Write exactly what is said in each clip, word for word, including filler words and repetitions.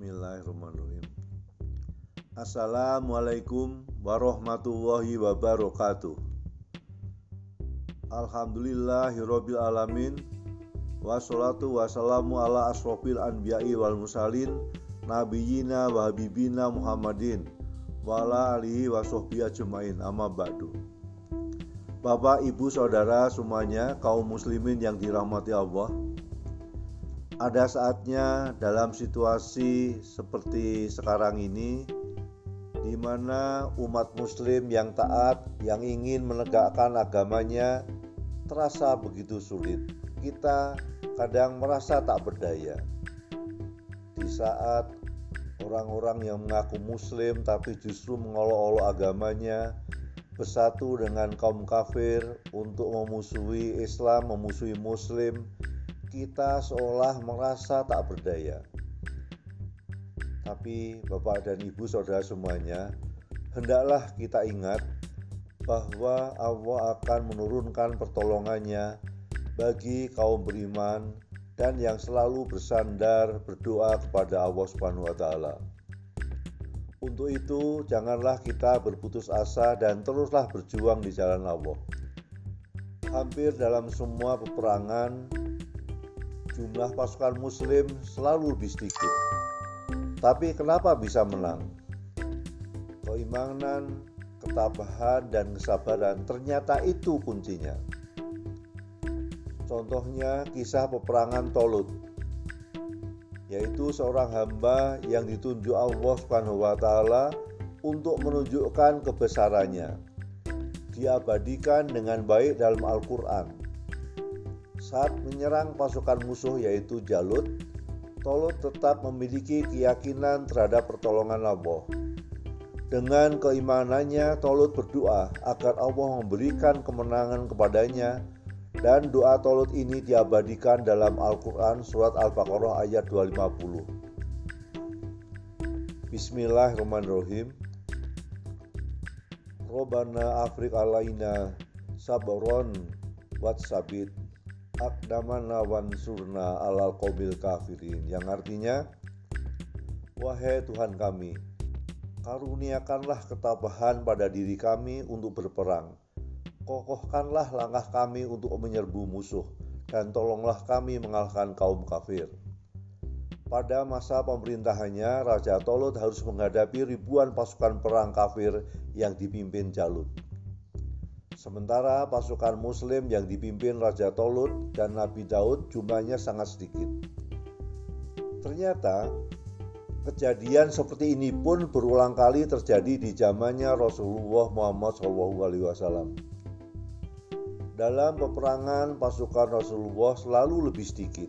Bismillahirrahmanirrahim. Assalamualaikum warahmatullahi wabarakatuh. Alhamdulillahirabbil alamin. Wassalatu wassalamu ala asrofil anbiya'i wal mursalin nabiyina wa habibina Muhammadin wa ala alihi wa sahbihi ajmain. Amma ba'du. Bapak, Ibu, Saudara semuanya, kaum muslimin yang dirahmati Allah, ada saatnya dalam situasi seperti sekarang ini, di mana umat muslim yang taat, yang ingin menegakkan agamanya terasa begitu sulit. Kita kadang merasa tak berdaya. Di saat orang-orang yang mengaku muslim tapi justru mengolok-olok agamanya, bersatu dengan kaum kafir untuk memusuhi Islam, memusuhi muslim, kita seolah merasa tak berdaya. Tapi Bapak dan Ibu Saudara semuanya, hendaklah kita ingat bahwa Allah akan menurunkan pertolongannya bagi kaum beriman dan yang selalu bersandar berdoa kepada Allah Subhanahu wa taala. Untuk itu, janganlah kita berputus asa dan teruslah berjuang di jalan Allah. Hampir dalam semua peperangan, jumlah pasukan muslim selalu lebih sedikit. Tapi kenapa bisa menang? Keimanan, ketabahan, dan kesabaran ternyata itu kuncinya. Contohnya kisah peperangan Talut, yaitu seorang hamba yang ditunjuk Allah Subhanahu wa taala untuk menunjukkan kebesarannya. Diabadikan dengan baik dalam Al-Qur'an. Saat menyerang pasukan musuh yaitu Jalut, Talut tetap memiliki keyakinan terhadap pertolongan Allah. Dengan keimanannya, Talut berdoa agar Allah memberikan kemenangan kepadanya, dan doa Talut ini diabadikan dalam Al-Quran surat Al-Baqarah ayat dua ratus lima puluh. Bismillahirrahmanirrahim. Rabbana afrik alaina sabron watsabit akdamana wansurna alal qaubil kafirin, yang artinya, wahai Tuhan kami, karuniakanlah ketabahan pada diri kami untuk berperang, kokohkanlah langkah kami untuk menyerbu musuh, dan tolonglah kami mengalahkan kaum kafir. Pada masa pemerintahannya, Raja Talut harus menghadapi ribuan pasukan perang kafir yang dipimpin Jalut. Sementara pasukan muslim yang dipimpin Raja Talut dan Nabi Daud jumlahnya sangat sedikit. Ternyata kejadian seperti ini pun berulang kali terjadi di zamannya Rasulullah Muhammad shallallahu alaihi wasallam. Dalam peperangan, pasukan Rasulullah selalu lebih sedikit.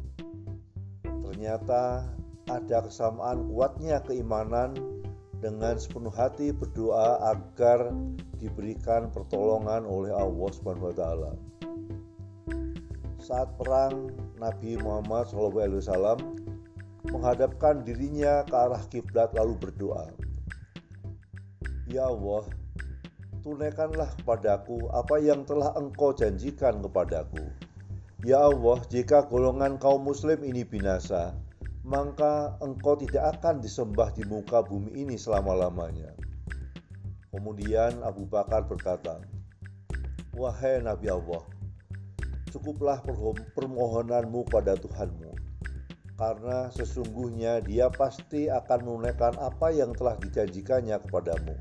Ternyata ada kesamaan kuatnya keimanan dengan sepenuh hati berdoa agar diberikan pertolongan oleh Allah Subhanahu wa taala. Saat perang, Nabi Muhammad shallallahu alaihi wasallam menghadapkan dirinya ke arah kiblat lalu berdoa, "Ya Allah, tunaikanlah kepadaku apa yang telah Engkau janjikan kepadaku. Ya Allah, jika golongan kaum muslim ini binasa, maka Engkau tidak akan disembah di muka bumi ini selama-lamanya." Kemudian Abu Bakar berkata, "Wahai Nabi Allah, cukuplah permohonanmu pada Tuhanmu, karena sesungguhnya Dia pasti akan menunaikan apa yang telah dijanjikannya kepadamu."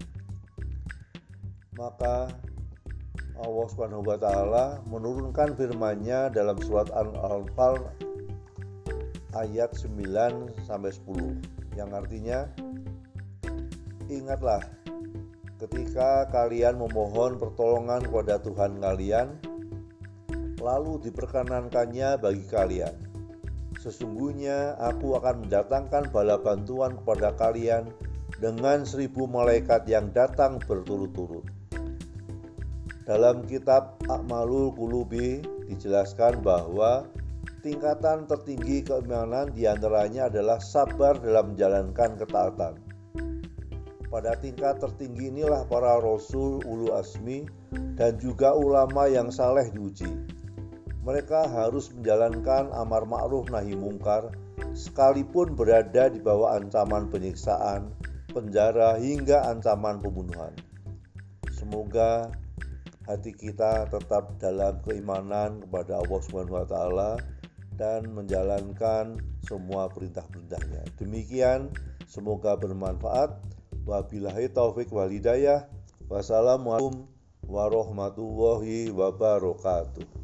Maka Allah Subhanahu wa taala menurunkan firman-Nya dalam surat Al-Anfal ayat sembilan sampai sepuluh, yang artinya, "Ingatlah ketika kalian memohon pertolongan kepada Tuhan kalian, lalu diperkenankannya bagi kalian. Sesungguhnya aku akan mendatangkan bala bantuan kepada kalian dengan seribu malaikat yang datang berturut-turut." Dalam kitab A'malul Qulubi dijelaskan bahwa tingkatan tertinggi keimanan diantaranya adalah sabar dalam menjalankan ketaatan. Pada tingkat tertinggi inilah para rasul, ulul azmi, dan juga ulama yang saleh diuji. Mereka harus menjalankan amar ma'ruf nahi mungkar sekalipun berada di bawah ancaman penyiksaan, penjara hingga ancaman pembunuhan. Semoga hati kita tetap dalam keimanan kepada Allah Subhanahu wa taala dan menjalankan semua perintah-perintahnya. Demikian, semoga bermanfaat. Wabillahi taufik wal hidayah. Wassalamualaikum warahmatullahi wabarakatuh.